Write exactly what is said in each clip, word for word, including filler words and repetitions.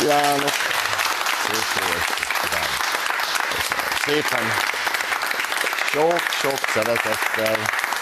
kívánok! Szép jó estét kívánok! Köszönöm szépen! Sok-sok szeretettel,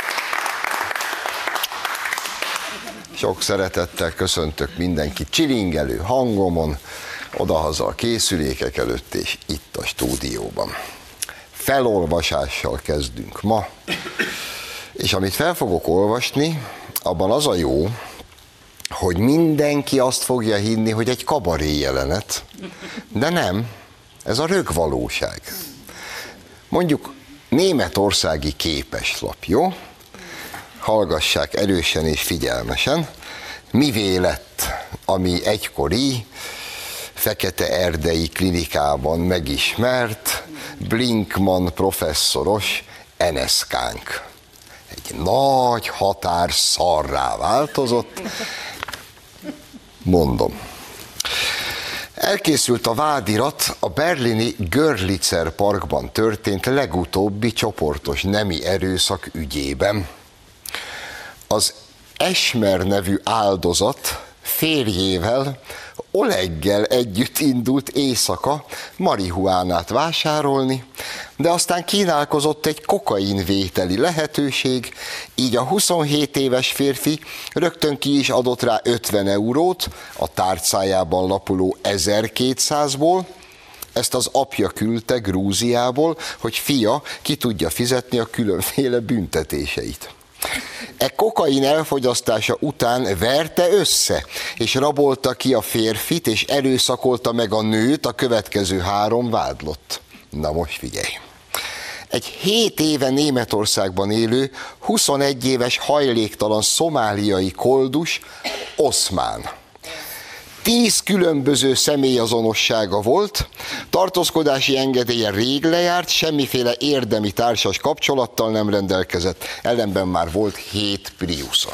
sok szeretettel köszöntök mindenkit csilingelő hangomon, odahaza a készülékek előtt és itt a stúdióban. Felolvasással kezdünk ma, és amit fel fogok olvasni, abban az a jó, hogy mindenki azt fogja hinni, hogy egy kabaré jelenet, de nem, ez a rögvalóság. Mondjuk németországi képeslap, jó? Hallgassák erősen és figyelmesen. Mivé lett, ami egykori Fekete-Erdei klinikában megismert Blinkmann professzoros eneszkánk. Egy nagy határ szarrá változott. Mondom. Elkészült a vádirat a berlini Görlitzer parkban történt legutóbbi csoportos nemi erőszak ügyében. Az Esmer nevű áldozat férjével, Oleggel együtt indult éjszaka marihuánát vásárolni, de aztán kínálkozott egy kokainvételi lehetőség, így a huszonhét éves férfi rögtön ki is adott rá ötven eurót a tárcájában lapuló ezerkétszázból, ezt az apja küldte Grúziából, hogy fia ki tudja fizetni a különféle büntetéseit. E kokain elfogyasztása után verte össze, és rabolta ki a férfit, és erőszakolta meg a nőt a következő három vádlott. Na most figyelj! Egy hét éve Németországban élő, huszonegy éves hajléktalan szomáliai koldus, Oszmán. Tíz különböző személyazonossága volt, tartózkodási engedélye rég lejárt, semmiféle érdemi társas kapcsolattal nem rendelkezett, ellenben már volt hét Priusza.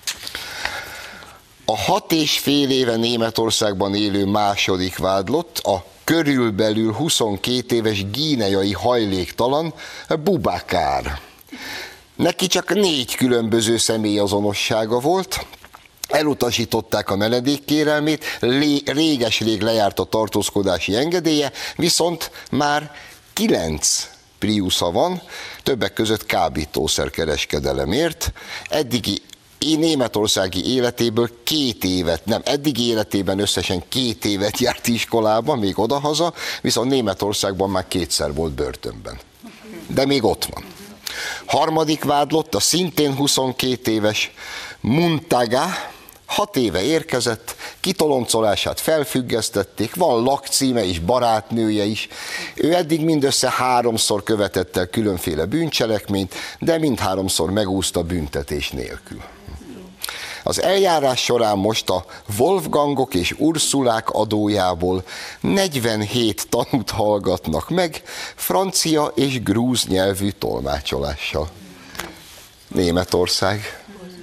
A hat és fél éve Németországban élő második vádlott, a körülbelül huszonkét éves gíneai hajléktalan Bubakár. Neki csak négy különböző személyazonossága volt, elutasították a menedékkérelmét, réges-rég lejárt a tartózkodási engedélye, viszont már kilenc Priusza van, többek között kábítószerkereskedelemért. Eddigi németországi életéből két évet, nem, eddigi életében összesen két évet járt iskolában, még odahaza, viszont Németországban már kétszer volt börtönben. De még ott van. Harmadik vádlott, a szintén huszonkét éves Muntaga, hat éve érkezett, kitoloncolását felfüggesztették, van lakcíme és barátnője is. Ő eddig mindössze háromszor követett el különféle bűncselekményt, de mindháromszor megúszta büntetés nélkül. Az eljárás során most a Wolfgangok és Ursulák adójából negyvenhét tanút hallgatnak meg, francia és grúz nyelvű tolmácsolással. Németország.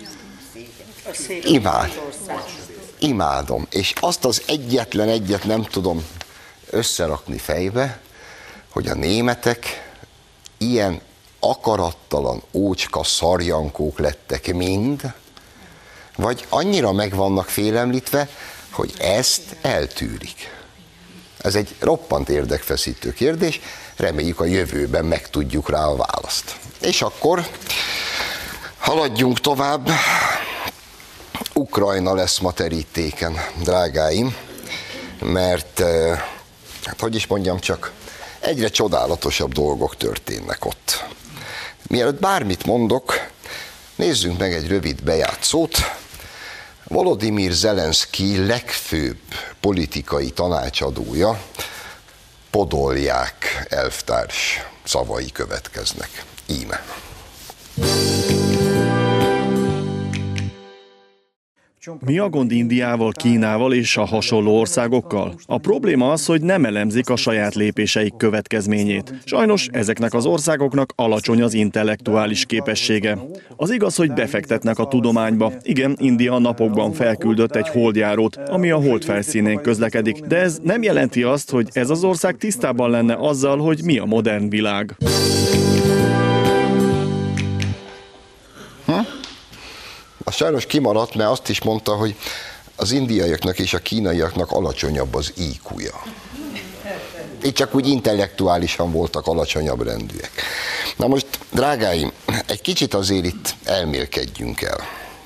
Imád. Imádom. És azt az egyetlen egyet nem tudom összerakni fejbe, hogy a németek ilyen akarattalan ócska szarjankók lettek mind, vagy annyira meg vannak félemlítve, hogy ezt eltűrik. Ez egy roppant érdekfeszítő kérdés, reméljük a jövőben megtudjuk rá a választ. És akkor haladjunk tovább. Ukrajna lesz ma terítéken, drágáim, mert, hát hogy is mondjam csak, egyre csodálatosabb dolgok történnek ott. Mielőtt bármit mondok, nézzünk meg egy rövid bejátszót. Volodymyr Zelenszky legfőbb politikai tanácsadója, Podolják elvtárs szavai következnek. Íme. Mi a gond Indiával, Kínával és a hasonló országokkal? A probléma az, hogy nem elemzik a saját lépéseik következményét. Sajnos ezeknek az országoknak alacsony az intellektuális képessége. Az igaz, hogy befektetnek a tudományba. Igen, India a napokban felküldött egy holdjárót, ami a hold felszínén közlekedik, de ez nem jelenti azt, hogy ez az ország tisztában lenne azzal, hogy mi a modern világ. Hm? Az sajnos kimaradt, mert azt is mondta, hogy az indiaiaknak és a kínaiaknak alacsonyabb az í kú-ja. Itt csak úgy intellektuálisan voltak alacsonyabb rendűek. Na most, drágáim, egy kicsit azért itt elmélkedjünk el.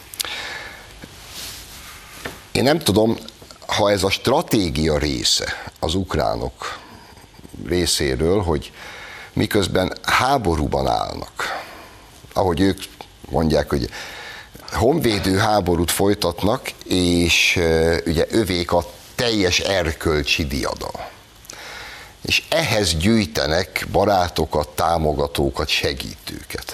Én nem tudom, ha ez a stratégia része az ukránok részéről, hogy miközben háborúban állnak, ahogy ők mondják, hogy honvédő háborút folytatnak, és ugye övék a teljes erkölcsi diadal. És ehhez gyűjtenek barátokat, támogatókat, segítőket.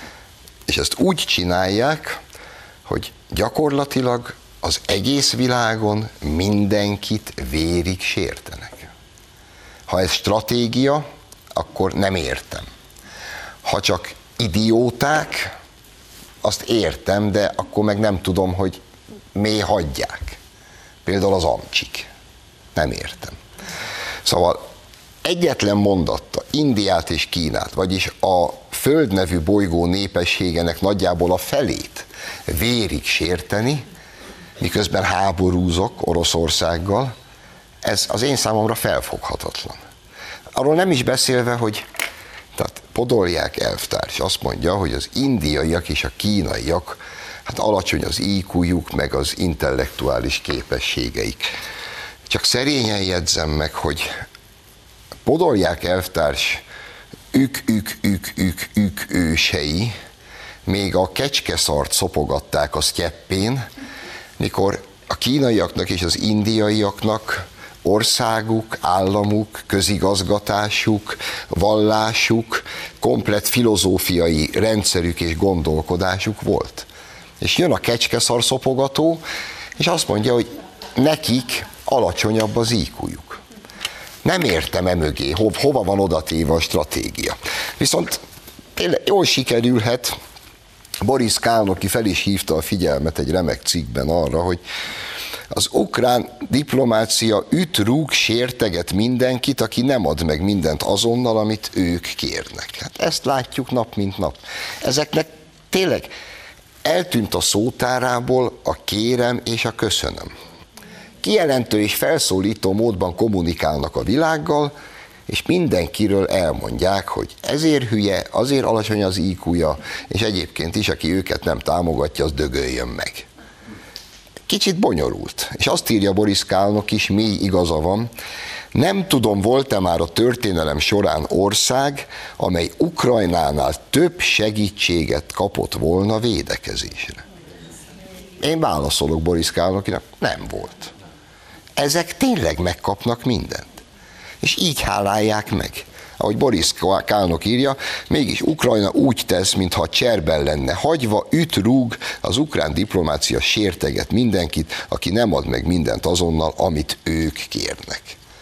És ezt úgy csinálják, hogy gyakorlatilag az egész világon mindenkit vérig sértenek. Ha ez stratégia, akkor nem értem. Ha csak idióták, azt értem, de akkor meg nem tudom, hogy miért hagyják. Például az amcsik. Nem értem. Szóval egyetlen mondatta Indiát és Kínát, vagyis a Föld nevű bolygó népességének nagyjából a felét vérig sérteni, miközben háborúzok Oroszországgal, ez az én számomra felfoghatatlan. Arról nem is beszélve, hogy tehát Podolják elvtárs azt mondja, hogy az indiaiak és a kínaiak, hát alacsony az í kú-juk, meg az intellektuális képességeik. Csak szerényen jegyzem meg, hogy Podolják elvtárs ük, ük, ük, ük, ük ősei még a kecskeszart szopogatták a sztyeppén, mikor a kínaiaknak és az indiaiaknak országuk, államuk, közigazgatásuk, vallásuk, komplett filozófiai rendszerük és gondolkodásuk volt. És jön a kecskeszar szopogató, és azt mondja, hogy nekik alacsonyabb az í kú-juk. Nem értem e mögé, ho, hova van odatéve a stratégia. Viszont tényleg jól sikerülhet, Boris Kálnoky fel is hívta a figyelmet egy remek cikkben arra, hogy az ukrán diplomácia üt, rúg, sérteget mindenkit, aki nem ad meg mindent azonnal, amit ők kérnek. Hát ezt látjuk nap mint nap. Ezeknek tényleg eltűnt a szótárából a kérem és a köszönöm. Kijelentő és felszólító módban kommunikálnak a világgal, és mindenkiről elmondják, hogy ezért hülye, azért alacsony az í kú-ja, és egyébként is, aki őket nem támogatja, az dögöljön meg. Kicsit bonyolult. És azt írja Boris Kálnoky is, mély igaza van, nem tudom, volt-e már a történelem során ország, amely Ukrajnánál több segítséget kapott volna védekezésre. Én válaszolok Boris Kálnokynak, nem volt. Ezek tényleg megkapnak mindent. És így hálálják meg. Ahogy Boris Kálnoky írja, mégis Ukrajna úgy tesz, mintha cserben lenne hagyva, üt, rúg, az ukrán diplomácia sérteget mindenkit, aki nem ad meg mindent azonnal, amit ők kérnek.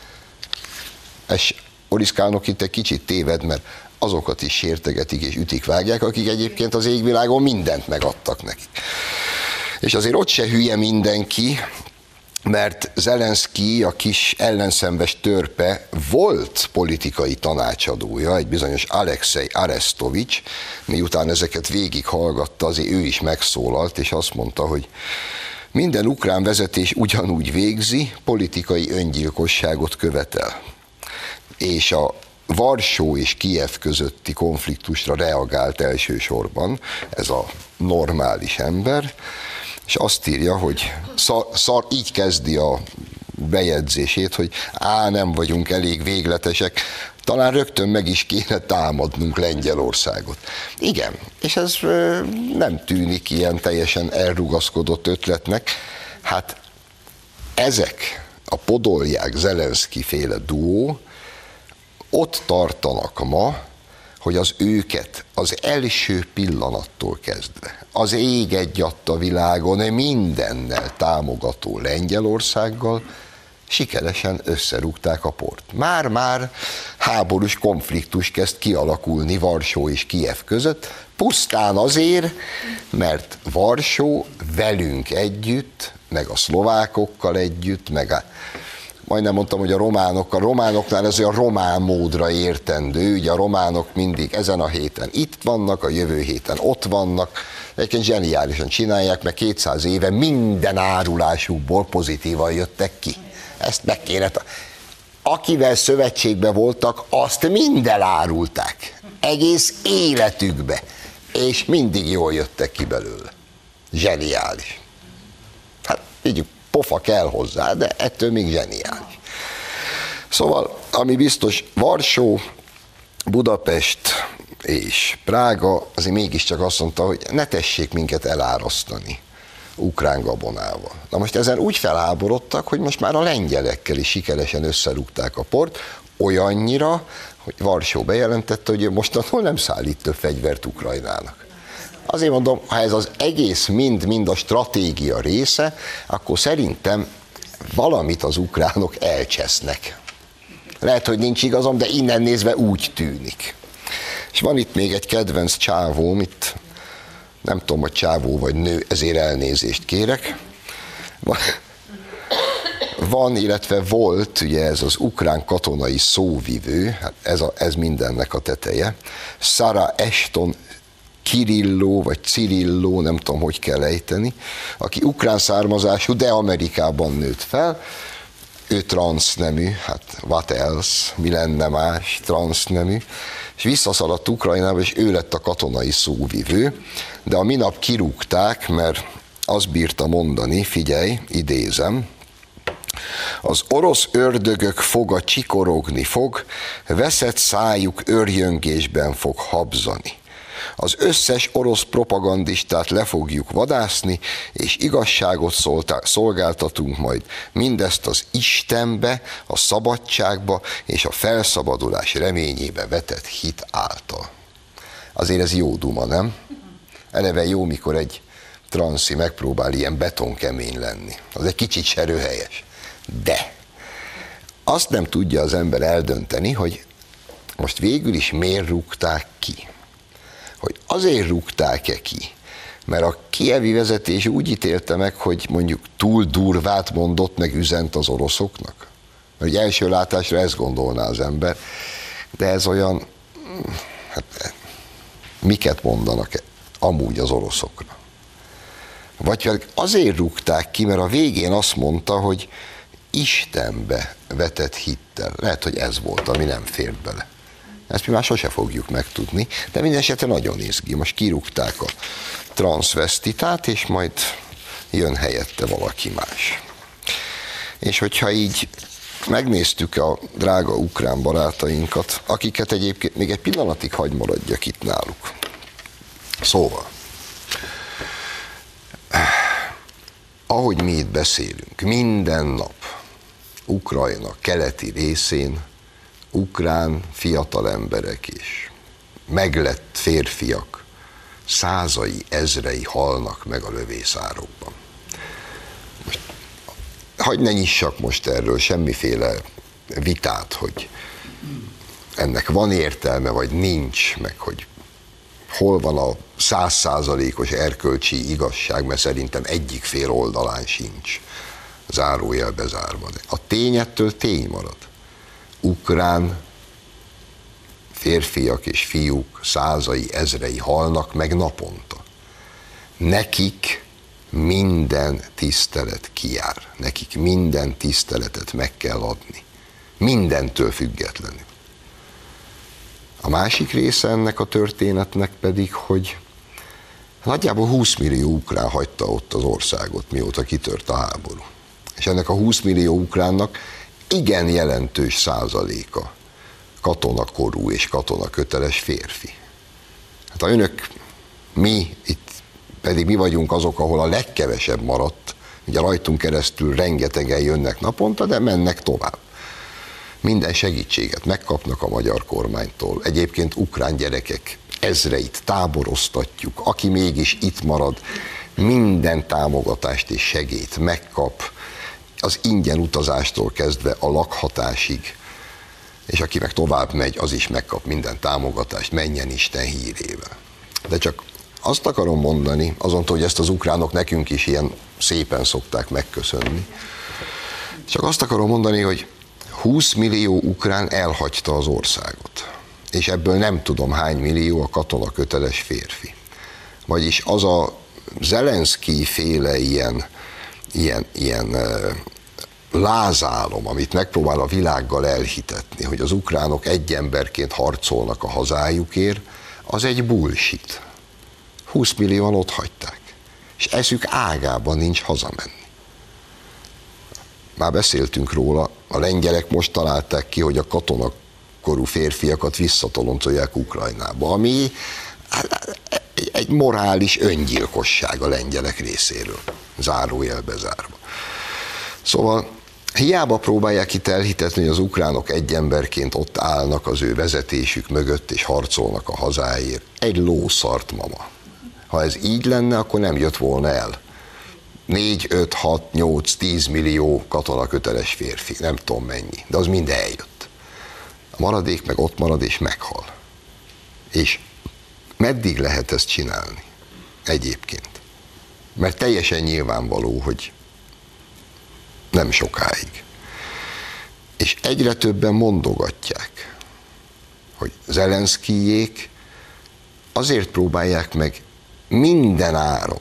És Boris Kálnoky itt egy kicsit téved, mert azokat is sértegetik és ütik, vágják, akik egyébként az égvilágon mindent megadtak nekik. És azért ott se hülye mindenki, mert Zelenszky, a kis ellenszenves törpe volt politikai tanácsadója, egy bizonyos Alexei Arestovics, miután ezeket végighallgatta, azért ő is megszólalt, és azt mondta, hogy minden ukrán vezetés ugyanúgy végzi, politikai öngyilkosságot követel. És a Varsó és Kijev közötti konfliktusra reagált elsősorban ez a normális ember, és azt írja, hogy szar, szar, így kezdi a bejegyzését, hogy á, nem vagyunk elég végletesek, talán rögtön meg is kéne támadnunk Lengyelországot. Igen, és ez nem tűnik ilyen teljesen elrugaszkodott ötletnek. Hát ezek a Podolják Zelenszky féle duó ott tartanak ma, hogy az őket az első pillanattól kezdve az ég egyatt a világon mindennel támogató Lengyelországgal sikeresen összerúgták a port. Már-már háborús konfliktus kezd kialakulni Varsó és Kijev között, pusztán azért, mert Varsó velünk együtt, meg a szlovákokkal együtt, meg a majdnem mondtam, hogy a románokkal, a románoknál ez olyan román módra értendő, ugye a románok mindig ezen a héten itt vannak, a jövő héten ott vannak, egyébként zseniálisan csinálják, mert kétszáz éve minden árulásukból pozitívan jöttek ki. Ezt meg kéne... Akivel szövetségben voltak, azt mind elárulták. Egész életükbe. És mindig jól jöttek ki belőle. Zseniális. Hát így pofa kell hozzá, de ettől még zseniális. Szóval, ami biztos, Varsó, Budapest és Prága azért mégiscsak azt mondta, hogy ne tessék minket elárasztani ukrán gabonával. Na most ezen úgy felháborodtak, hogy most már a lengyelekkel is sikeresen összerúgták a port, olyannyira, hogy Varsó bejelentette, hogy ő mostantól nem szállít több fegyvert Ukrajnának. Azért mondom, ha ez az egész mind-mind a stratégia része, akkor szerintem valamit az ukránok elcsesznek. Lehet, hogy nincs igazam, de innen nézve úgy tűnik. És van itt még egy kedvenc csávóm, itt nem tudom, hogy csávó vagy nő, ezért elnézést kérek. Van, van illetve volt, ugye ez az ukrán katonai szóvivő, hát ez, a, ez mindennek a teteje, Sarah Ashton Kirilló, vagy Cirilló, nem tudom, hogy kell ejteni, aki ukrán származású, de Amerikában nőtt fel, ő transznemű, hát what else, mi lenne más, transznemű, és visszaszaladt Ukrajnába, és ő lett a katonai szóvivő, de a minap kirúgták, mert azt bírta mondani, figyelj, idézem, az orosz ördögök foga csikorogni fog, veszett szájuk őrjöngésben fog habzani. Az összes orosz propagandistát le fogjuk vadászni, és igazságot szolgáltatunk majd mindezt az Istenbe, a szabadságba és a felszabadulás reményébe vetett hit által. Azért ez jó duma, nem? Eleve jó, mikor egy transzi megpróbál ilyen betonkemény lenni. Az egy kicsit se röhelyes. De azt nem tudja az ember eldönteni, hogy most végül is miért rúgták ki. Hogy azért rúgták-e ki, mert a kijevi vezetés úgy ítélte meg, hogy mondjuk túl durvát mondott, meg üzent az oroszoknak. Mert ugye első látásra ezt gondolná az ember, de ez olyan, hát miket mondanak amúgy az oroszokra. Vagy azért rúgták ki, mert a végén azt mondta, hogy Istenbe vetett hittel. Lehet, hogy ez volt, ami nem fért bele. Ezt mi már sose fogjuk megtudni, de minden esetre nagyon izgi. Most kirúgták a transzvesztitát, és majd jön helyette valaki más. És hogyha így megnéztük a drága ukrán barátainkat, akiket egyébként még egy pillanatig hagy maradjak itt náluk. Szóval, ahogy mi itt beszélünk, minden nap Ukrajna keleti részén ukrán fiatal emberek és meglett férfiak százai, ezrei halnak meg a lövészárokban. Most, hadd ne nyissak most erről semmiféle vitát, hogy ennek van értelme, vagy nincs, meg hogy hol van a száz százalékos erkölcsi igazság, mert szerintem egyik fél oldalán sincs, zárójel bezárva. De a tény ettől tény marad. Ukrán férfiak és fiúk százai, ezrei halnak meg naponta. Nekik minden tisztelet kijár. Nekik minden tiszteletet meg kell adni. Mindentől függetlenül. A másik része ennek a történetnek pedig, hogy nagyjából húsz millió ukrán hagyta ott az országot, mióta kitört a háború. És ennek a húsz millió ukránnak igen jelentős százaléka katonakorú és katonaköteles férfi. Hát ha önök, mi, itt pedig mi vagyunk azok, ahol a legkevesebb maradt, ugye rajtunk keresztül rengetegen jönnek naponta, de mennek tovább. Minden segítséget megkapnak a magyar kormánytól. Egyébként ukrán gyerekek ezreit táboroztatjuk, aki mégis itt marad, minden támogatást és segélyt megkap, az ingyen utazástól kezdve a lakhatásig, és aki meg tovább megy, az is megkap minden támogatást, menjen Isten hírével. De csak azt akarom mondani, azontól, hogy ezt az ukránok nekünk is ilyen szépen szokták megköszönni, csak azt akarom mondani, hogy húsz millió ukrán elhagyta az országot, és ebből nem tudom hány millió a katonaköteles férfi. Vagyis az a Zelenszkij féle ilyen, ilyen, ilyen lázálom, amit megpróbál a világgal elhitetni, hogy az ukránok egy emberként harcolnak a hazájukért, az egy bullshit. húsz millióan ott hagyták, és eszük ágában nincs hazamenni. Már beszéltünk róla, a lengyelek most találták ki, hogy a katonakorú férfiakat visszatoloncolják Ukrajnába, ami egy morális öngyilkosság a lengyelek részéről, zárójelbe zárva. Szóval hiába próbálják itt elhitetni, hogy az ukránok egy emberként ott állnak az ő vezetésük mögött, és harcolnak a hazáért. Egy lószart mama. Ha ez így lenne, akkor nem jött volna el négy, öt, hat, nyolc, tíz millió katonaköteles férfi, nem tudom mennyi, de az mind eljött. A maradék meg ott marad és meghal. És meddig lehet ezt csinálni egyébként? Mert teljesen nyilvánvaló, hogy nem sokáig. És egyre többen mondogatják, hogy Zelenszkijék azért próbálják meg minden áron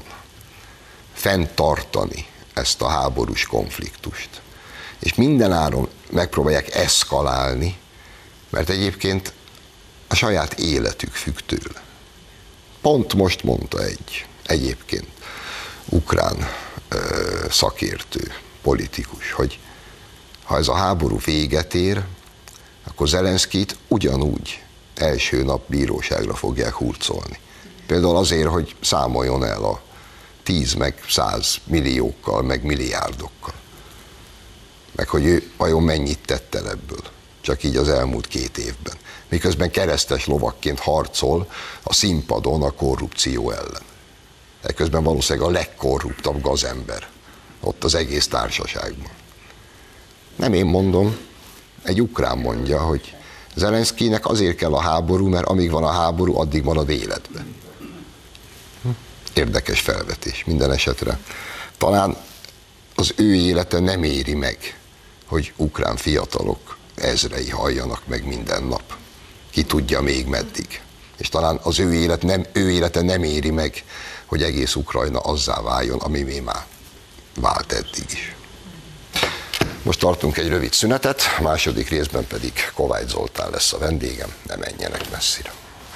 fenntartani ezt a háborús konfliktust. És minden áron megpróbálják eszkalálni, mert egyébként a saját életük függ tőle. Pont most mondta egy egyébként ukrán ö, szakértő, politikus, hogy ha ez a háború véget ér, akkor Zelenszkijt ugyanúgy első nap bíróságra fogják hurcolni. Például azért, hogy számoljon el a tíz meg száz milliókkal, meg milliárdokkal. Meg hogy ő vajon mennyit tett el ebből, csak így az elmúlt két évben. Miközben keresztes lovakként harcol a színpadon a korrupció ellen. Ekközben valószínűleg a legkorruptabb gazember ott az egész társaságban. Nem én mondom, egy ukrán mondja, hogy Zelenszkijnek azért kell a háború, mert amíg van a háború, addig marad életben. Érdekes felvetés minden esetre. Talán az ő élete nem éri meg, hogy ukrán fiatalok ezrei halljanak meg minden nap. Ki tudja még meddig. És talán az ő, élet nem, ő élete nem éri meg, hogy egész Ukrajna azzá váljon, ami még már vált eddig is. Most tartunk egy rövid szünetet, a második részben pedig Kovács Zoltán lesz a vendégem, ne menjenek messzire.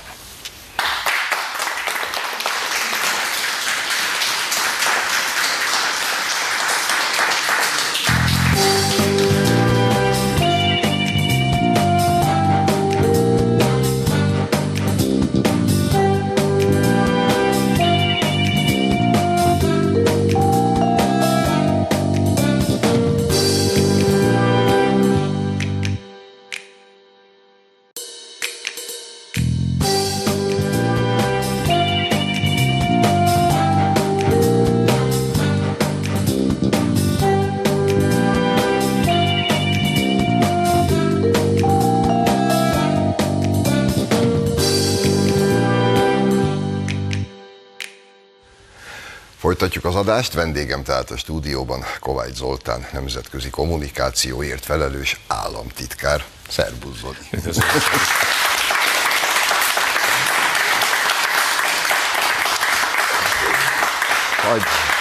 Folytatjuk az adást, vendégem tehát a stúdióban Kovács Zoltán, nemzetközi kommunikációért felelős államtitkár. Szerbusz Zoli! Hagy.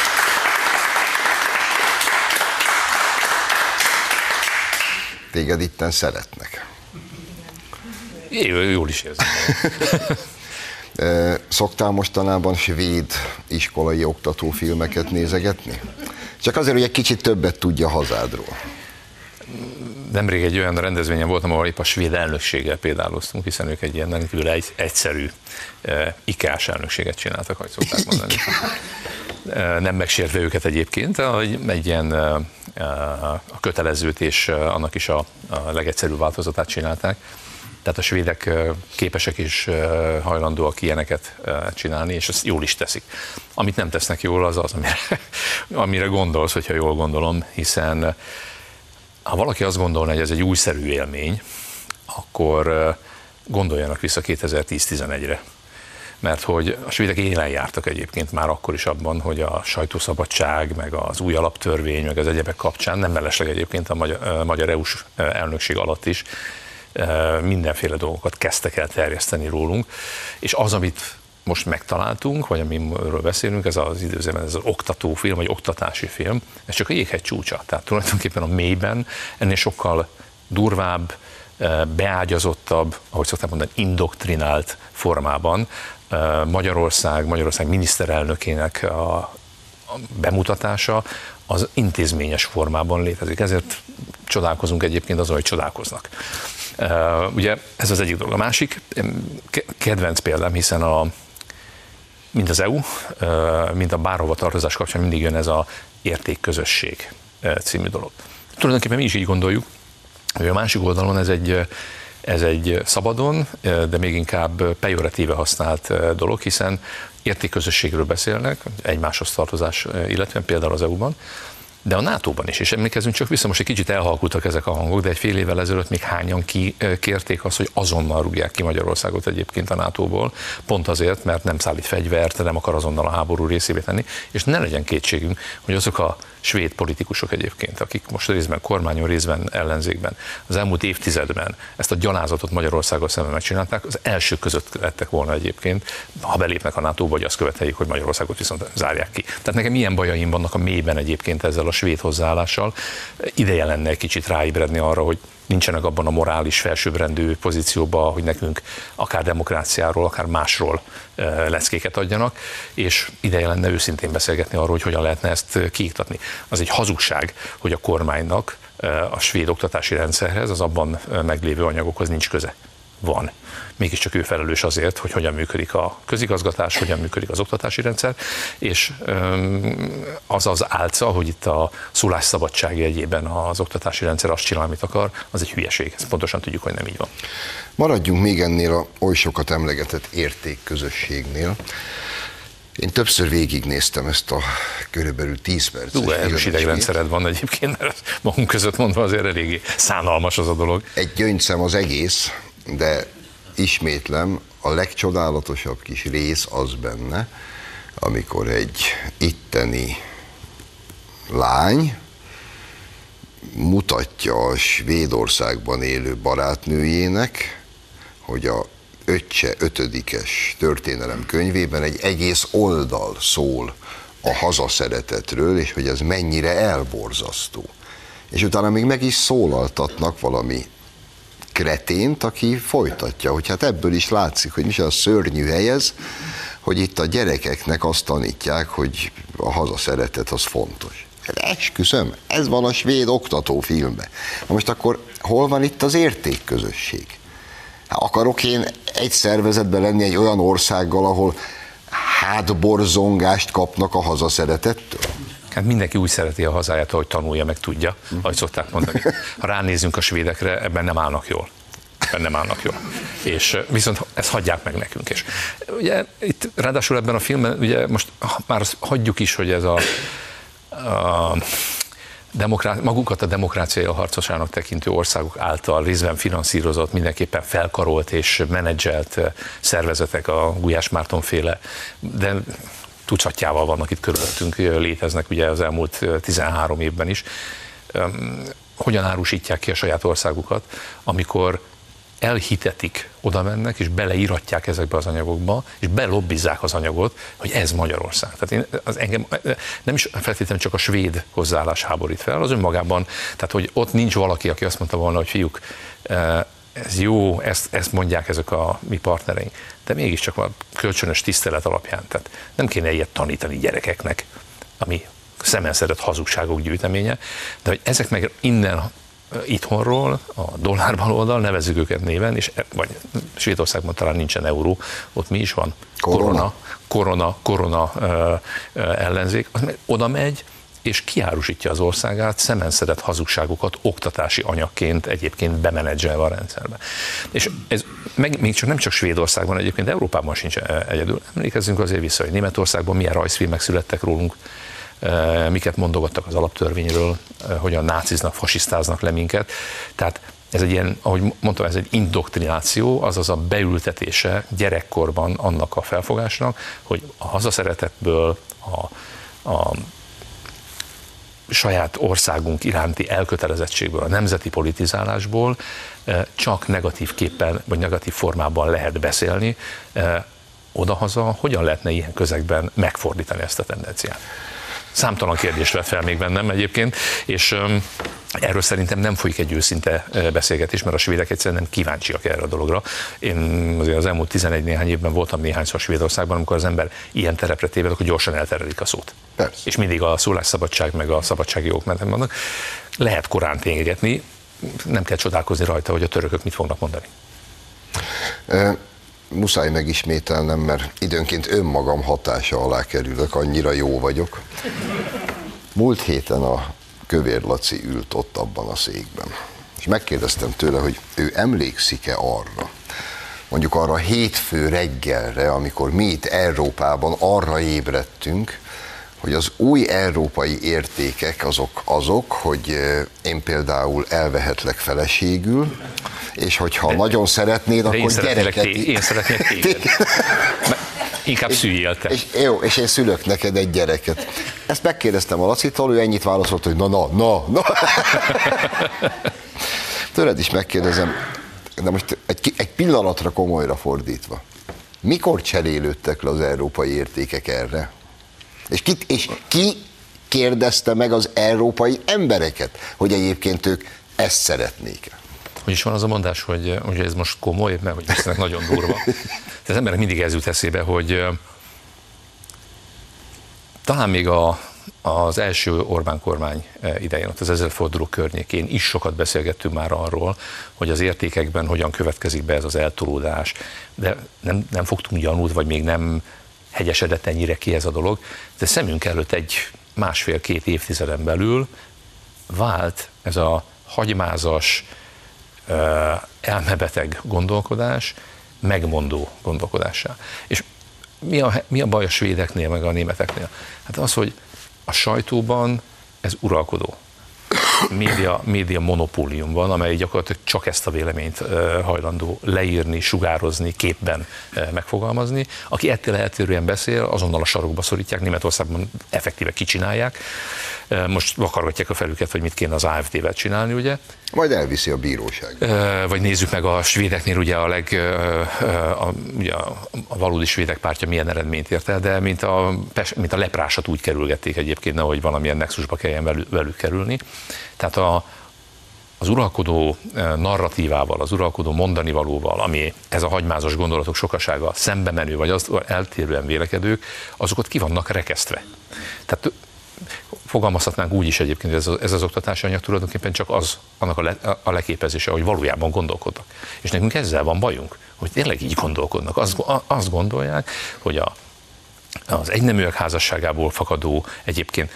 Téged itten szeretnek. Én jól is érzem. Szoktál mostanában svéd iskolai oktatófilmeket nézegetni? Csak azért, hogy egy kicsit többet tudja hazádról. Nemrég egy olyan rendezvényen voltam, ahol épp a svéd elnökséggel példáloztunk, hiszen ők egy ilyen rendkívül egy, egyszerű ikás elnökséget csináltak, ahogy szokták mondani. Nem megsértve őket egyébként, hogy egy ilyen a kötelezőt és annak is a, a legegyszerűbb változatát csinálták. Tehát a svédek képesek és hajlandóak ilyeneket csinálni, és ezt jól is teszik. Amit nem tesznek jól, az az, amire, amire gondolsz, hogyha jól gondolom, hiszen ha valaki azt gondolna, hogy ez egy újszerű élmény, akkor gondoljanak vissza kétezer-tíz-tizenegyre. Mert hogy a svédek élen jártak egyébként már akkor is abban, hogy a sajtószabadság, meg az új alaptörvény, meg az egyebek kapcsán, nem mellesleg egyébként a magyar, magyar é u-s elnökség alatt is, mindenféle dolgokat kezdtek el terjeszteni rólunk, és az, amit most megtaláltunk, vagy amiről beszélünk, ez az időzőben ez az oktatófilm, vagy oktatási film, ez csak a jéghegy csúcsa. Tehát tulajdonképpen a mélyben ennél sokkal durvább, beágyazottabb, ahogy szokták mondani, indoktrinált formában Magyarország, Magyarország miniszterelnökének a, a bemutatása az intézményes formában létezik. Ezért csodálkozunk egyébként azon, hogy csodálkoznak. Ugye ez az egyik dolog. A másik, kedvenc példám, hiszen a, mind az é u, mind a bárhova tartozás kapcsán mindig jön ez a értékközösség című dolog. Tulajdonképpen mi is így gondoljuk, hogy a másik oldalon ez egy, ez egy szabadon, de még inkább pejoratíve használt dolog, hiszen értékközösségről beszélnek, egymáshoz tartozás, illetve például az é u-ban, de a nátóban is, és emlékezzünk csak vissza, most egy kicsit elhalkultak ezek a hangok, de egy fél évvel ezelőtt még hányan kikérték azt, hogy azonnal rúgják ki Magyarországot egyébként a nátóból, pont azért, mert nem szállít fegyvert, nem akar azonnal a háború részévé tenni, és ne legyen kétségünk, hogy azok a svéd politikusok egyébként, akik most részben kormányon, részben ellenzékben, az elmúlt évtizedben ezt a gyalázatot Magyarországgal szemben megcsinálták, az elsők között lettek volna egyébként, ha belépnek a nátóba, vagy azt követeljük, hogy Magyarországot viszont zárják ki. Tehát nekem milyen bajaim vannak a mélyben egyébként ezzel a svéd hozzáállással. Ideje lenne egy kicsit ráébredni arra, hogy nincsenek abban a morális felsőbbrendű pozícióban, hogy nekünk akár demokráciáról, akár másról leckéket adjanak, és ideje lenne őszintén beszélgetni arról, hogy hogyan lehetne ezt kiiktatni. Az egy hazugság, hogy a kormánynak a svéd oktatási rendszerhez, az abban meglévő anyagokhoz nincs köze. Van. Mégiscsak ő felelős azért, hogy hogyan működik a közigazgatás, hogyan működik az oktatási rendszer, és az az álca, hogy itt a szólásszabadság jegyében az oktatási rendszer azt csinál, amit akar, az egy hülyeség. Ezt pontosan tudjuk, hogy nem így van. Maradjunk még ennél a oly sokat emlegetett értékközösségnél. Én többször végignéztem ezt a körülbelül tíz perces. Túl erős idegrendszered van egyébként, mert magunk között mondva azért eléggé szánalmas az a dolog. Egy gyöngyszem az egész, de ismétlem, a legcsodálatosabb kis rész az benne, amikor egy itteni lány mutatja a Svédországban élő barátnőjének, hogy a öccse ötödikes történelem könyvében egy egész oldal szól a hazaszeretetről, és hogy ez mennyire elborzasztó. És utána még meg is szólaltatnak valami kretént, aki folytatja, hogy hát ebből is látszik, hogy mi is a szörnyű hely ez, hogy itt a gyerekeknek azt tanítják, hogy a hazaszeretet az fontos. Hát esküszöm, ez van a svéd oktatófilmben. Na most akkor hol van itt az értékközösség? Hát akarok én egy szervezetben lenni egy olyan országgal, ahol hátborzongást kapnak a hazaszeretettől? Hát mindenki úgy szereti a hazáját, ahogy tanulja, meg tudja, ahogy szokták mondani. Ha ránézzünk a svédekre, ebben nem állnak jól. Ebben nem állnak jól. És viszont ezt hagyják meg nekünk is. Ugye itt ráadásul ebben a filmben, ugye most már hagyjuk is, hogy ez a, a demokrá- magukat a demokráciai harcosának tekintő országok által részben finanszírozott, mindenképpen felkarolt és menedzselt szervezetek, a Gulyás Márton féle, de tucatjával vannak itt körülöttünk, léteznek ugye az elmúlt tizenhárom évben is. Hogyan árusítják ki a saját országukat, amikor elhitetik, oda mennek, és beleíratják ezekbe az anyagokba, és belobbizzák az anyagot, hogy ez Magyarország. Tehát én, az engem nem is feltétlenül csak a svéd hozzáállás háborít fel, az önmagában, tehát hogy ott nincs valaki, aki azt mondta volna, hogy fiúk, ez jó, ezt, ezt mondják ezek a mi partnereink, de mégiscsak a kölcsönös tisztelet alapján, tehát nem kéne ilyet tanítani gyerekeknek, ami szemenszedett hazugságok gyűjteménye, de hogy ezek meg innen, itthonról, a dollárban oldal, nevezzük őket néven, és vagy Svédországban talán nincsen euró, ott mi is van? Korona, korona, korona ellenzék, az oda megy, és kiárusítja az országát szemenszedett hazugságokat oktatási anyagként egyébként bemenedzselve a rendszerbe. És ez meg, még csak nem csak Svédországban, egyébként Európában sincs egyedül. Emlékezzünk azért vissza, hogy Németországban milyen rajzfilmek születtek rólunk, miket mondogattak az alaptörvényről, hogyan náciznak, fasisztáznak le minket. Tehát ez egy ilyen, ahogy mondtam, ez egy indoktrináció, azaz a beültetése gyerekkorban annak a felfogásnak, hogy a hazaszeretetből, a, a saját országunk iránti elkötelezettségből, a nemzeti politizálásból csak negatív képpen, vagy negatív formában lehet beszélni, odahaza hogyan lehetne ilyen közegben megfordítani ezt a tendenciát? Számtalan kérdés vett fel még bennem egyébként, és um, erről szerintem nem folyik egy őszinte beszélgetés, mert a svédek egyszerűen nem kíváncsiak erre a dologra. Én azért az elmúlt tizenegy néhány évben voltam néhányszor Svédországban, amikor az ember ilyen terepre téved, akkor gyorsan elterelik a szót. Persze. És mindig a szólásszabadság meg a szabadsági jogok mentén vannak. Lehet korán tényegetni, nem kell csodálkozni rajta, hogy a törökök mit fognak mondani. E, muszáj megismételnem, mert időnként önmagam hatása alá kerülök, annyira jó vagyok. Múlt héten a Kövér Laci ült ott abban a székben, és megkérdeztem tőle, hogy ő emlékszik-e arra, mondjuk arra a hétfő reggelre, amikor mi itt Európában arra ébredtünk, hogy az új európai értékek azok azok, hogy én például elvehetlek feleségül, és hogyha de, nagyon szeretnéd, akkor gyereket... Té- én szeretnék téged. Inkább szüljél te. És, jó, és én szülök neked egy gyereket. Ezt megkérdeztem a Lacitól, ő ennyit válaszolt, hogy na, na, na, na. Tőled is megkérdezem, de most egy, egy pillanatra komolyra fordítva. Mikor cserélődtek le az európai értékek erre? És ki, és ki kérdezte meg az európai embereket, hogy egyébként ők ezt szeretnék? Hogy is van az a mondás, hogy, hogy ez most komoly, mert hogy visznek nagyon durva. Az emberek mindig ez jut eszébe, hogy talán még a, az első Orbán kormány idején, ott az ezredforduló környékén is sokat beszélgettünk már arról, hogy az értékekben hogyan következik be ez az eltolódás, de nem, nem fogtunk gyanút, vagy még nem hegyesedett ennyire ki ez a dolog, de szemünk előtt egy másfél-két évtizeden belül vált ez a hagymázas, elmebeteg gondolkodás megmondó gondolkodássá. És mi a, mi a baj a svédeknél, meg a németeknél? Hát az, hogy a sajtóban ez uralkodó. Média, média monopólium van, amely gyakorlatilag csak ezt a véleményt hajlandó leírni, sugározni, képben megfogalmazni. Aki ettől eltérően beszél, azonnal a sarokba szorítják, Németországban effektíve kicsinálják. Most vakargatják a felüket, hogy mit kéne az á ef dé-vel csinálni, ugye? Majd elviszi a bíróság. Vagy nézzük meg a svédeknél, ugye a, leg, a, ugye a valódi svédek pártja milyen eredményt ért el, de mint a, mint a leprásat úgy kerülgették egyébként, nehogy valamilyen nexusba kelljen velük, velük kerülni. Tehát a, az uralkodó narratívával, az uralkodó mondani valóval, ami ez a hagymázas gondolatok sokasága szembe menő, vagy az eltérően vélekedők, azokat ki vannak rekesztve. Tehát fogalmazhatnánk úgy is egyébként, hogy ez, az, ez az oktatási anyag tulajdonképpen csak az, annak a, le, a leképezése, hogy valójában gondolkodnak. És nekünk ezzel van bajunk, hogy tényleg így gondolkodnak. Azt, azt gondolják, hogy a, az egyneműek házasságából fakadó egyébként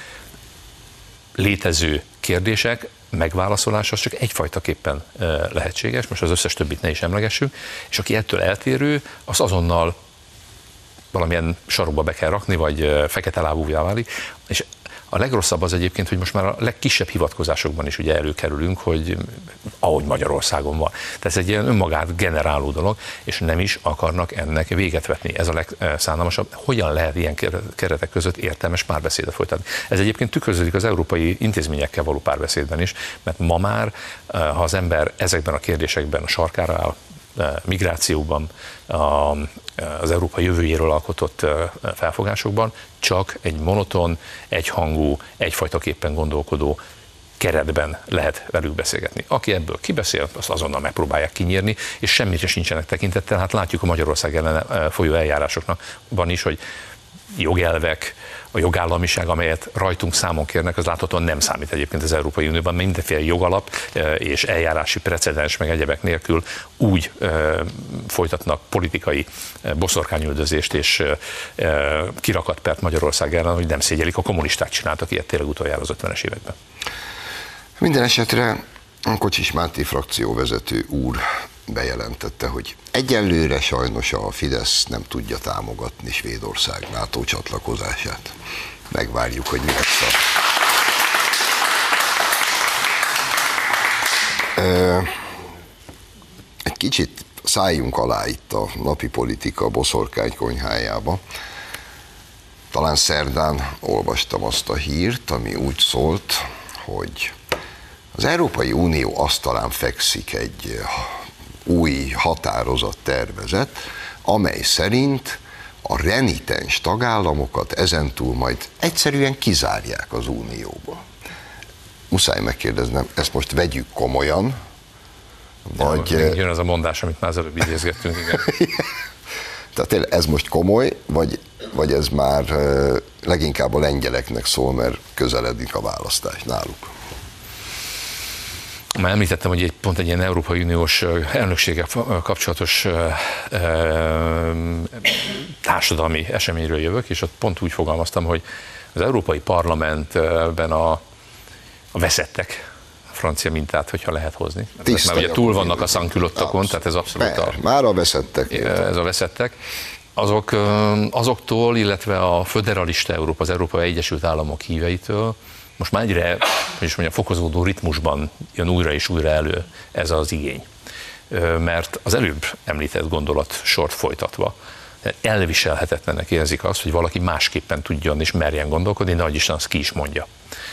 létező kérdések megválaszolása az csak egyfajtaképpen lehetséges, most az összes többit ne is emlegessük, és aki ettől eltérő, az azonnal valamilyen sarokba be kell rakni, vagy fekete lábúvá válik, és a legrosszabb az egyébként, hogy most már a legkisebb hivatkozásokban is ugye előkerülünk, hogy ahogy Magyarországon van. Tehát ez egy ilyen önmagát generáló dolog, és nem is akarnak ennek véget vetni. Ez a legszánalmasabb. Hogyan lehet ilyen keretek között értelmes párbeszédet folytatni? Ez egyébként tükröződik az európai intézményekkel való párbeszédben is, mert ma már, ha az ember ezekben a kérdésekben a sarkára áll, migrációban, az Európa jövőjéről alkotott felfogásokban csak egy monoton, egyhangú, egyfajtaképpen gondolkodó keretben lehet velük beszélgetni. Aki ebből kibeszél, azt azonnal megpróbálják kinyírni, és semmire sincsenek tekintettel. Hát látjuk a Magyarország ellen folyó eljárásokban is, hogy jogelvek, a jogállamiság, amelyet rajtunk számon kérnek, az láthatóan nem számít egyébként az Európai Unióban, mindenféle jogalap és eljárási precedens meg egyebek nélkül úgy folytatnak politikai boszorkányüldözést és kirakatpert Magyarország ellen, hogy nem szégyelik, a kommunisták csináltak ilyet tényleg utoljára az ötvenes években. Minden esetre a Kocsis Máté frakcióvezető úr bejelentette, hogy egyelőre sajnos a Fidesz nem tudja támogatni Svédország NATO csatlakozását. Megvárjuk, hogy mi lesz a... Egy kicsit szálljunk alá itt a napi politika boszorkány konyhájába. Talán szerdán olvastam azt a hírt, ami úgy szólt, hogy az Európai Unió asztalán fekszik egy új határozat tervezet, amely szerint a renitens tagállamokat ezentúl majd egyszerűen kizárják az Unióból. Muszáj megkérdeznem, ezt most vegyük komolyan, vagy... Ja, jön az a mondás, amit már az előbb idézgettünk, igen. Tehát tényleg ez most komoly, vagy, vagy ez már leginkább a lengyeleknek szól, mert közeledik a választás náluk? Már említettem, hogy egy, pont egy ilyen Európai Uniós elnökséggel kapcsolatos társadalmi eseményről jövök, és ott pont úgy fogalmaztam, hogy az Európai Parlamentben a, a veszettek, a francia mintát, hogyha lehet hozni. Már ugye túl vannak a szankülottakon, tehát ez abszolút a... Már a veszettek. Ez a veszettek. Azok, azoktól, illetve a föderalista Európa, az Európai Egyesült Államok híveitől most már egyre, hogy is mondjam, fokozódó ritmusban jön újra és újra elő ez az igény. Mert az előbb említett gondolat sort folytatva elviselhetetlennek érzik azt, hogy valaki másképpen tudjon és merjen gondolkodni, de Isten azt ki is mondja.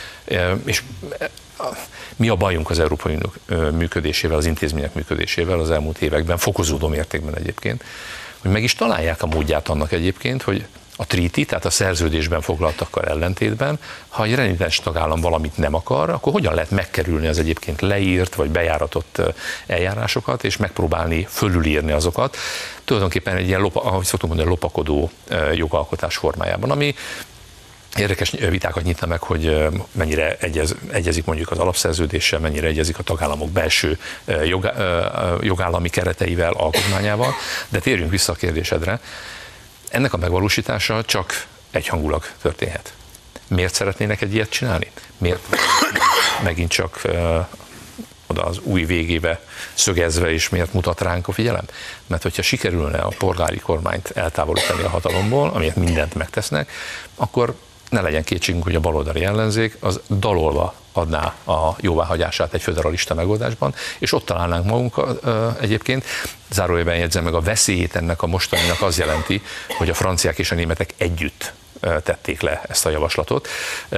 És mi a bajunk az Európai Unió működésével, az intézmények működésével az elmúlt években, fokozódó mértékben egyébként, hogy meg is találják a módját annak egyébként, hogy a treaty, tehát a szerződésben foglaltakkal ellentétben, ha egy renitens tagállam valamit nem akar, akkor hogyan lehet megkerülni az egyébként leírt vagy bejáratott eljárásokat, és megpróbálni fölülírni azokat, tulajdonképpen egy ilyen, lopa, ahogy szoktunk mondani, lopakodó jogalkotás formájában, ami érdekes vitákat nyitna meg, hogy mennyire egyez, egyezik mondjuk az alapszerződéssel, mennyire egyezik a tagállamok belső jogá, jogállami kereteivel, alkotmányával, de térjünk vissza a kérdésedre. Ennek a megvalósítása csak egyhangulag történhet. Miért szeretnének egy ilyet csinálni? Miért megint csak uh, oda az új végébe szögezve, és miért mutat ránk a figyelem? Mert hogyha sikerülne a polgári kormányt eltávolítani a hatalomból, amiért mindent megtesznek, akkor ne legyen kétségünk, hogy a baloldali ellenzék az dalolva adná a jóváhagyását egy föderalista megoldásban, és ott találnánk magunkat egyébként. Zárójelben jegyzem meg, a veszélyét ennek a mostaninak az jelenti, hogy a franciák és a németek együtt tették le ezt a javaslatot.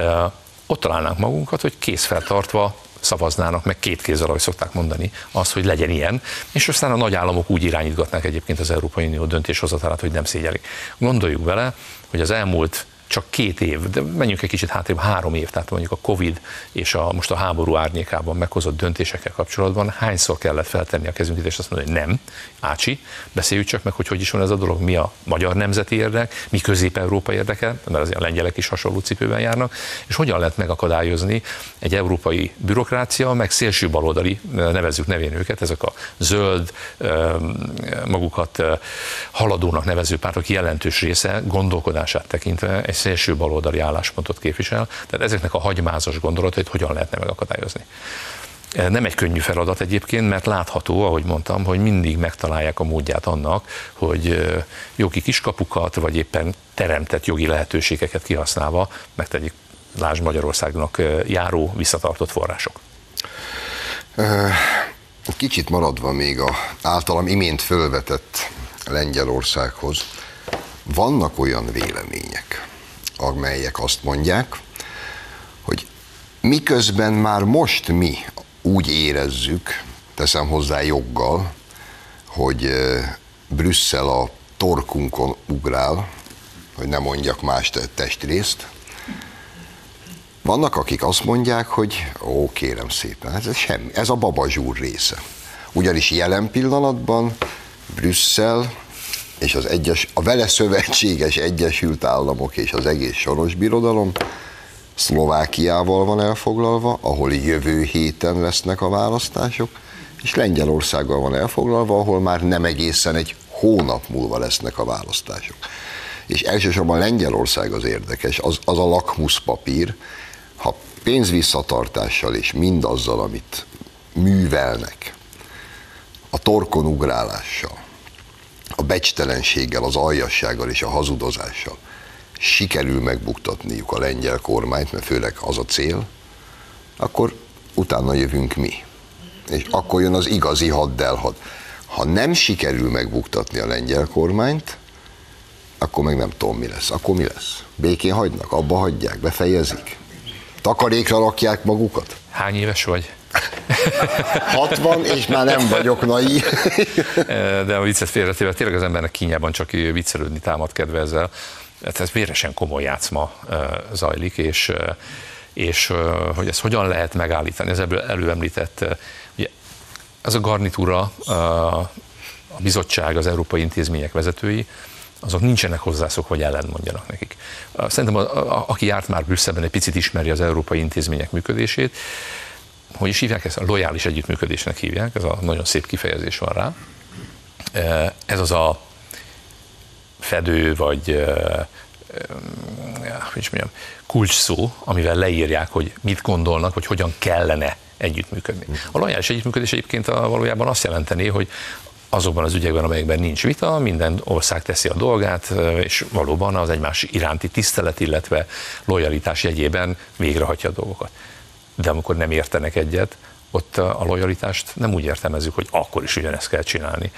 Ott találnánk magunkat, hogy kézfeltartva szavaznának meg két kézzel, ahogy szokták mondani, az, hogy legyen ilyen, és aztán a nagy államok úgy irányítgatnák egyébként az Európai Unió döntéshozatalát, hogy nem szégyelik. Gondoljuk bele, hogy az elmúlt csak két év, de menjünk egy kicsit hátrébb, három év, tehát mondjuk a Covid és a, most a háború árnyékában meghozott döntésekkel kapcsolatban hányszor kellett feltenni a kezünket, és azt mondani, hogy nem, ácsi, beszéljük csak meg, hogy hogy is van ez a dolog, mi a magyar nemzeti érdek, mi Közép-Európa érdeke, mert azért a lengyelek is hasonló cipőben járnak, és hogyan lehet megakadályozni egy európai bürokrácia, meg szélső baloldali, nevezzük nevén őket, ezek a zöld, magukat haladónak nevező pártok jelentős része gondolkodását tekintve egy szélső baloldali álláspontot képvisel, tehát ezeknek a hagymázas gondolatait hogyan lehetne megakadályozni. Nem egy könnyű feladat egyébként, mert látható, ahogy mondtam, hogy mindig megtalálják a módját annak, hogy jogi kiskapukat, vagy éppen teremtett jogi lehetőségeket kihasználva megtegyék, lásd Magyarországnak járó visszatartott források. Kicsit maradva még a általam imént fölvetett Lengyelországhoz, vannak olyan vélemények, amelyek azt mondják, hogy miközben már most mi úgy érezzük, teszem hozzá joggal, hogy Brüsszel a torkunkon ugrál, hogy ne mondjak más testrészt, vannak, akik azt mondják, hogy ó, kérem szépen, ez, semmi, ez a babazsúr része. Ugyanis jelen pillanatban Brüsszel és az egyes, a vele szövetséges Egyesült Államok és az egész Soros Birodalom Szlovákiával van elfoglalva, ahol jövő héten lesznek a választások, és Lengyelországgal van elfoglalva, ahol már nem egészen egy hónap múlva lesznek a választások. És elsősorban Lengyelország az érdekes, az, az a lakmuszpapír, ha pénzvisszatartással és mindazzal, amit művelnek, a torkon ugrálással, a becstelenséggel, az aljassággal és a hazudozással sikerül megbuktatniuk a lengyel kormányt, mert főleg az a cél, akkor utána jövünk mi. És akkor jön az igazi haddelhad. Ha nem sikerül megbuktatni a lengyel kormányt, akkor meg nem tudom, mi lesz. Akkor mi lesz? Békén hagynak? Abba hagyják? Befejezik? Takarékra rakják magukat? Hány éves vagy? hatvan, és már nem vagyok naív. De a viccet félretéve, tényleg az embernek kínjában csak viccelődni támad kedve ezzel. Ez véresen komoly játszma zajlik, és, és hogy ezt hogyan lehet megállítani, ez ebből előemlített, ugye ez a garnitúra, a bizottság, az európai intézmények vezetői, azok nincsenek hozzászokva, hogy ellent mondjanak nekik. Szerintem a, a, aki járt már Brüsszelben, egy picit ismeri az európai intézmények működését, hogy is hívják ezt? A lojális együttműködésnek hívják, ez a nagyon szép kifejezés van rá. Ez az a fedő, vagy hogy is mondjam, kulcs szó, amivel leírják, hogy mit gondolnak, vagy hogyan kellene együttműködni. A lojális együttműködés egyébként a, valójában azt jelenteni, hogy azokban az ügyekben, amelyekben nincs vita, minden ország teszi a dolgát, és valóban az egymás iránti tisztelet, illetve lojalitás jegyében végrehajtja a dolgokat. De amikor nem értenek egyet, ott a lojalitást nem úgy értelmezzük, hogy akkor is ugyanezt kell csinálni.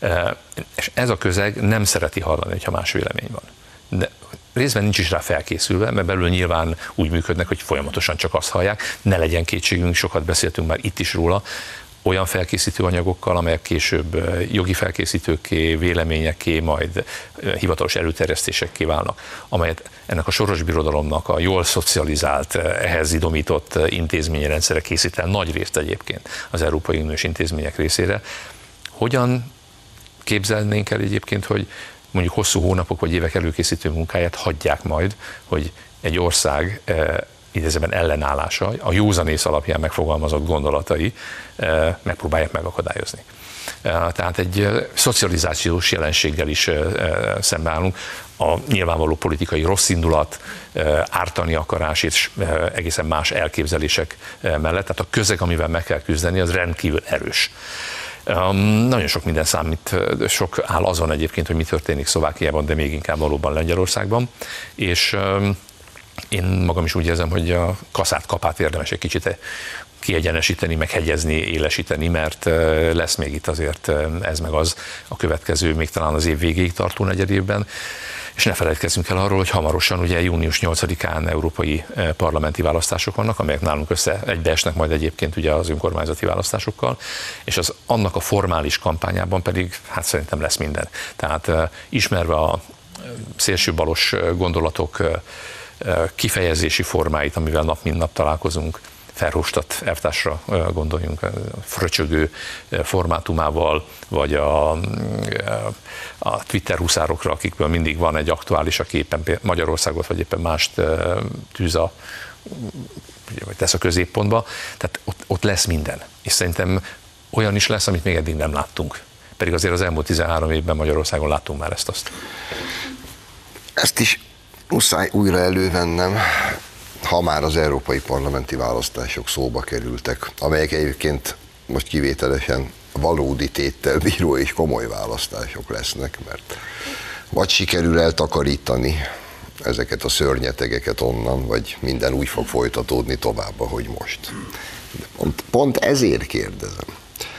És ez a közeg nem szereti hallani, hogyha más vélemény van. De részben nincs is rá felkészülve, mert belül nyilván úgy működnek, hogy folyamatosan csak azt hallják. Ne legyen kétségünk, sokat beszéltünk már itt is róla, olyan felkészítő anyagokkal, amelyek később jogi felkészítőkké, véleményekké, majd hivatalos előterjesztésekké válnak, amelyet ennek a soros birodalomnak a jól szocializált, ehhez idomított intézményrendszere készít el nagy részt egyébként az Európai Uniós intézmények részére. Hogyan képzelnénk el egyébként, hogy mondjuk hosszú hónapok vagy évek előkészítő munkáját hagyják majd, hogy egy ország idézőben ellenállása, a józanész alapján megfogalmazott gondolatai megpróbálják megakadályozni. Tehát egy szocializációs jelenséggel is szembeállunk, a nyilvánvaló politikai rosszindulat, ártani akarás és egészen más elképzelések mellett, tehát a közeg, amivel meg kell küzdeni, az rendkívül erős. Um, nagyon sok minden számít, sok áll azon egyébként, hogy mi történik Szlovákiában, de még inkább valóban Lengyelországban, és um, én magam is úgy érzem, hogy a kaszát, kapát érdemes egy kicsit kiegyenesíteni, meghegyezni, élesíteni, mert lesz még itt azért ez meg az a következő, még talán az év végéig tartó negyedévben. És ne feledkezzünk el arról, hogy hamarosan ugye június nyolcadikán európai parlamenti választások vannak, amelyek nálunk össze egybeesnek majd egyébként ugye az önkormányzati választásokkal, és az annak a formális kampányában pedig hát szerintem lesz minden. Tehát ismerve a szélsőbalos gondolatok kifejezési formáit, amivel nap mint nap találkozunk, Verhofstadt elvtársra gondoljunk, fröcsögő formátumával, vagy a, a Twitter huszárokra, akikből mindig van egy aktuális, aki éppen Magyarországot, vagy éppen mást tűz a, vagy tesz a középpontba. Tehát ott, ott lesz minden. És szerintem olyan is lesz, amit még eddig nem láttunk. Pedig azért az elmúlt tizenhárom évben Magyarországon láttunk már ezt-azt. Ezt is muszáj újra elővennem, ha már az európai parlamenti választások szóba kerültek, amelyek egyébként most kivételesen valódi téttel bíró és komoly választások lesznek, mert vagy sikerül eltakarítani ezeket a szörnyetegeket onnan, vagy minden úgy fog folytatódni tovább, ahogy most. Pont, pont ezért kérdezem,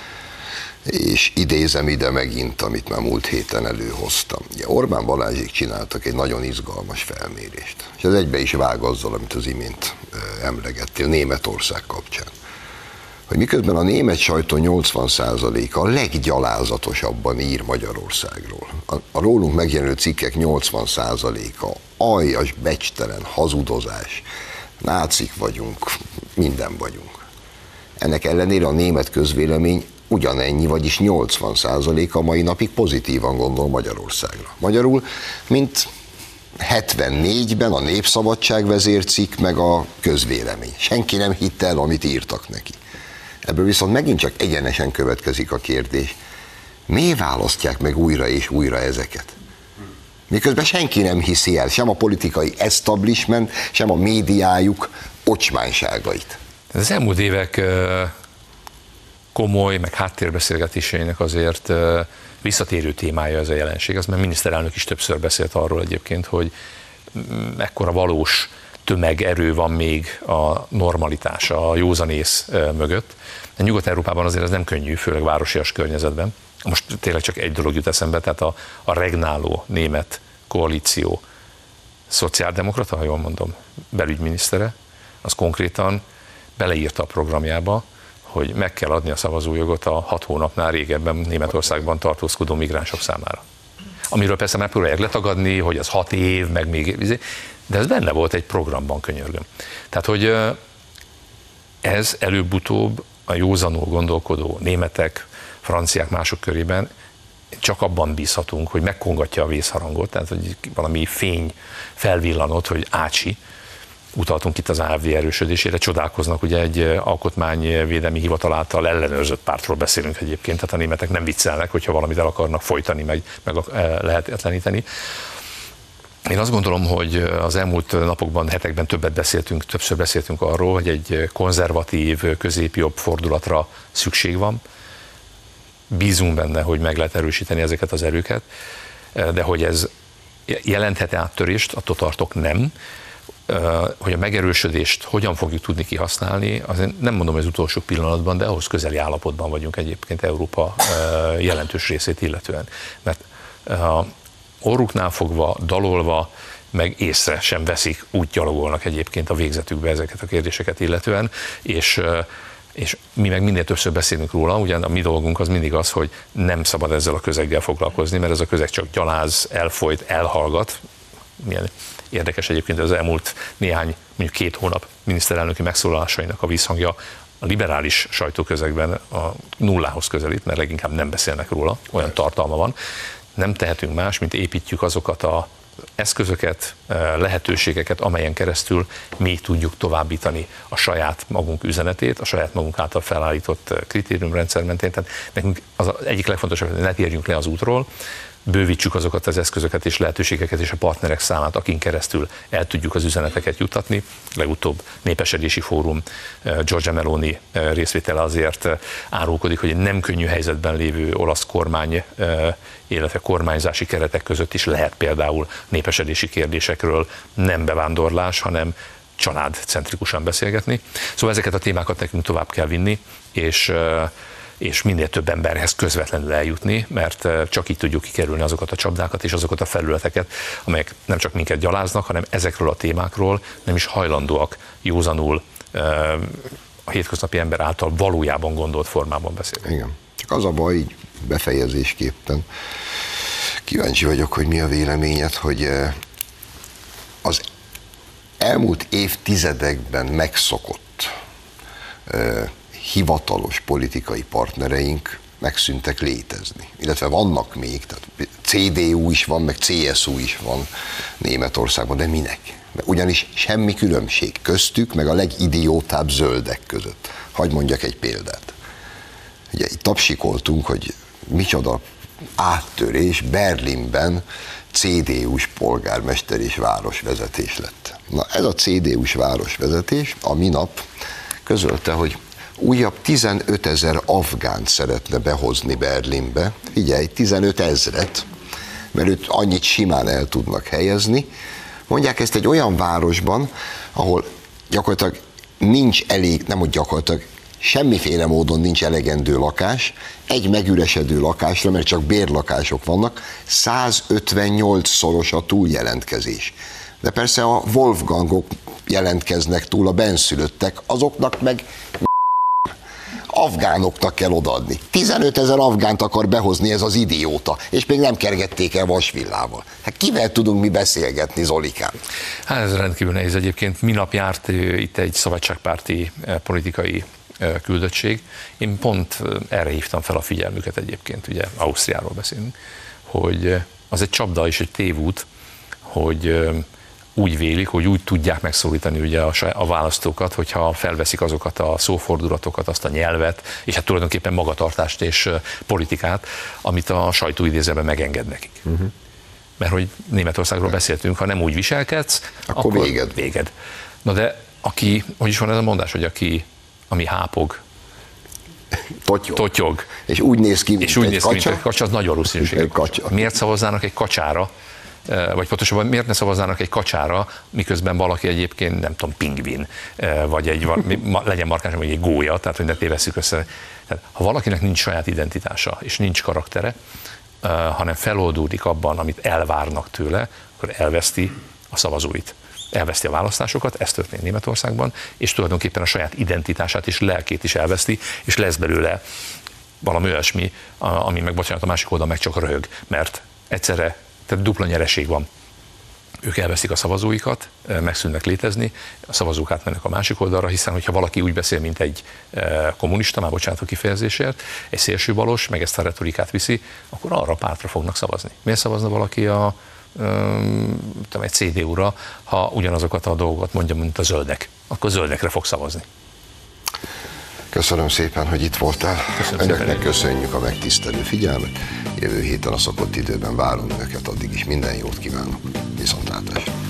és idézem ide megint, amit már múlt héten előhoztam. Ugye Orbán Balázsék csináltak egy nagyon izgalmas felmérést, és ez egybe is vág azzal, amit az imént emlegettél Németország kapcsán. Hogy miközben a német sajtó nyolcvan százaléka a leggyalázatosabban ír Magyarországról. A, a rólunk megjelenő cikkek nyolcvan százaléka aljas, becstelen, hazudozás, nácik vagyunk, minden vagyunk. Ennek ellenére a német közvélemény ugyanennyi, vagyis nyolcvan százalék a mai napig pozitívan gondol Magyarországra. Magyarul, mint hetvennégyben a Népszabadság vezércikk, meg a közvélemény. Senki nem hitte el, amit írtak neki. Ebből viszont megint csak egyenesen következik a kérdés, miért választják meg újra és újra ezeket? Miközben senki nem hiszi el, sem a politikai establishment, sem a médiájuk ocsmányságait. Az elmúlt évek komoly, meg háttérbeszélgetéseinek azért visszatérő témája ez a jelenség. Az, mert miniszterelnök is többször beszélt arról egyébként, hogy mekkora valós tömegerő van még a normalitás, a józanész mögött. A Nyugat-Európában azért ez nem könnyű, főleg városias környezetben. Most tényleg csak egy dolog jut eszembe, tehát a, a regnáló német koalíció szociáldemokrata, ha jól mondom, belügyminisztere, az konkrétan beleírta a programjába, hogy meg kell adni a szavazójogot a hat hónapnál régebben Németországban tartózkodó migránsok számára. Amiről persze már próbálják letagadni, hogy az hat év, meg még, de ez benne volt egy programban, könyörgöm. Tehát, hogy ez előbb-utóbb a józanul gondolkodó németek, franciák, mások körében csak abban bízhatunk, hogy megkongatja a vészharangot, tehát hogy valami fény felvillanott, hogy ácsi. Utaltunk itt az á ef dé erősödésére, csodálkoznak, ugye egy alkotmányvédelmi hivatal által ellenőrzött pártról beszélünk egyébként, tehát a németek nem viccelnek, hogyha valamit el akarnak folytani, meg, meg lehetetleníteni. Én azt gondolom, hogy az elmúlt napokban, hetekben többet beszéltünk, többször beszéltünk arról, hogy egy konzervatív, középjobb fordulatra szükség van. Bízunk benne, hogy meg lehet erősíteni ezeket az erőket, de hogy ez jelenthet áttörést, attól tartok nem. Hogy a megerősödést hogyan fogjuk tudni kihasználni, azért nem mondom, hogy az utolsó pillanatban, de ahhoz közeli állapotban vagyunk egyébként Európa jelentős részét illetően. Mert orruknál fogva, dalolva, meg észre sem veszik, úgy gyalogolnak egyébként a végzetükbe ezeket a kérdéseket illetően, és, és mi meg minél többször beszélünk róla, ugyan a mi dolgunk az mindig az, hogy nem szabad ezzel a közeggel foglalkozni, mert ez a közeg csak gyaláz, elfolyt, elhallgat. Milyen érdekes egyébként az elmúlt néhány, mondjuk két hónap miniszterelnöki megszólalásainak a vízhangja a liberális sajtóközegben a nullához közelít, mert leginkább nem beszélnek róla, olyan tartalma van. Nem tehetünk más, mint építjük azokat az eszközöket, lehetőségeket, amelyen keresztül mi tudjuk továbbítani a saját magunk üzenetét, a saját magunk által felállított kritériumrendszer mentén. Tehát nekünk az egyik legfontosabb, hogy ne térjünk le az útról, bővítsük azokat az eszközöket és lehetőségeket és a partnerek számát, akin keresztül el tudjuk az üzeneteket juttatni. Legutóbb Népesedési Fórum, Giorgia Meloni részvétele azért árulkodik, hogy egy nem könnyű helyzetben lévő olasz kormány, illetve kormányzási keretek között is lehet például népesedési kérdésekről nem bevándorlás, hanem családcentrikusan beszélgetni. Szóval ezeket a témákat nekünk tovább kell vinni, és és minél több emberhez közvetlenül eljutni, mert csak így tudjuk kikerülni azokat a csapdákat és azokat a felületeket, amelyek nem csak minket gyaláznak, hanem ezekről a témákról nem is hajlandóak józanul a hétköznapi ember által valójában gondolt formában beszélni. Igen. Csak az a baj, így befejezésképpen. Kíváncsi vagyok, hogy mi a véleményed, hogy az elmúlt évtizedekben megszokott hivatalos politikai partnereink megszűntek létezni. Illetve vannak még, tehát cé dé u is van, meg cé es u is van Németországban, de minek? Ugyanis semmi különbség köztük, meg a legidiótább zöldek között. Hadd mondjak egy példát. Ugye itt tapsikoltunk, hogy micsoda áttörés, Berlinben cé dé u-s polgármester és városvezetés lett. Na ez a cé dé u-s városvezetés a minap közölte, hogy újabb tizenötezer afgánt szeretne behozni Berlinbe. Figyelj, tizenöt ezret, mert őt annyit simán el tudnak helyezni. Mondják ezt egy olyan városban, ahol gyakorlatilag nincs elég, nem hogy gyakorlatilag, semmiféle módon nincs elegendő lakás, egy megüresedő lakásra, mert csak bérlakások vannak, százötvennyolc szoros a túljelentkezés. De persze a Wolfgangok jelentkeznek túl, a benszülöttek, azoknak meg afgánoknak kell odaadni. tizenötezer afgánt akar behozni ez az idióta, és még nem kergették el vasvillával. Hát kivel tudunk mi beszélgetni, Zolikán? Hát ez rendkívül nehéz egyébként. Minap járt itt egy szabadságpárti politikai küldöttség. Én pont erre hívtam fel a figyelmüket egyébként, ugye Ausztriáról beszélünk, hogy az egy csapda és egy tévút, hogy úgy vélik, hogy úgy tudják megszólítani ugye a, a választókat, hogyha felveszik azokat a szófordulatokat, azt a nyelvet, és hát tulajdonképpen magatartást és politikát, amit a sajtóidézőben megenged nekik. Uh-huh. Mert hogy Németországról beszéltünk, ha nem úgy viselkedsz, akkor, akkor véged. véged. Na de aki, hogy is van ez a mondás, hogy aki, ami hápog, totyog. totyog. És úgy néz ki, mint és úgy egy néz kacsa. Ki, mint egy kacsa, az nagy valószínűség. Miért szavaznának egy kacsára, vagy pontosabban miért ne szavaznának egy kacsára, miközben valaki egyébként, nem tudom, pingvin, vagy egy, legyen markáns, vagy egy gólya, tehát hogy ne tévesszük össze. Tehát, ha valakinek nincs saját identitása, és nincs karaktere, hanem feloldódik abban, amit elvárnak tőle, akkor elveszti a szavazóit. elveszti a választásokat, ez történt Németországban, és tulajdonképpen a saját identitását és lelkét is elveszti, és lesz belőle valami olyasmi, ami meg, bocsánat, a másik oldal meg csak röhög, mert egyszerre, tehát dupla nyereség van. Ők elveszik a szavazóikat, megszűnnek létezni, a szavazók átmennek a másik oldalra, hiszen hogyha valaki úgy beszél, mint egy kommunista, már bocsánat a kifejezésért, egy szélsőbalos, meg ezt a retorikát viszi, akkor arra a pártra fognak szavazni. Miért szavazna valaki a, tudom, egy cé dé u-ra, ha ugyanazokat a dolgokat mondja, mint a zöldek? Akkor zöldekre fog szavazni. Köszönöm szépen, hogy itt voltál. Köszönöm Önöknek szépen. köszönjük a megtisztelő figyelmet. Jövő héten a szokott időben várunk Önöket, addig is minden jót kívánok. Viszontlátásra.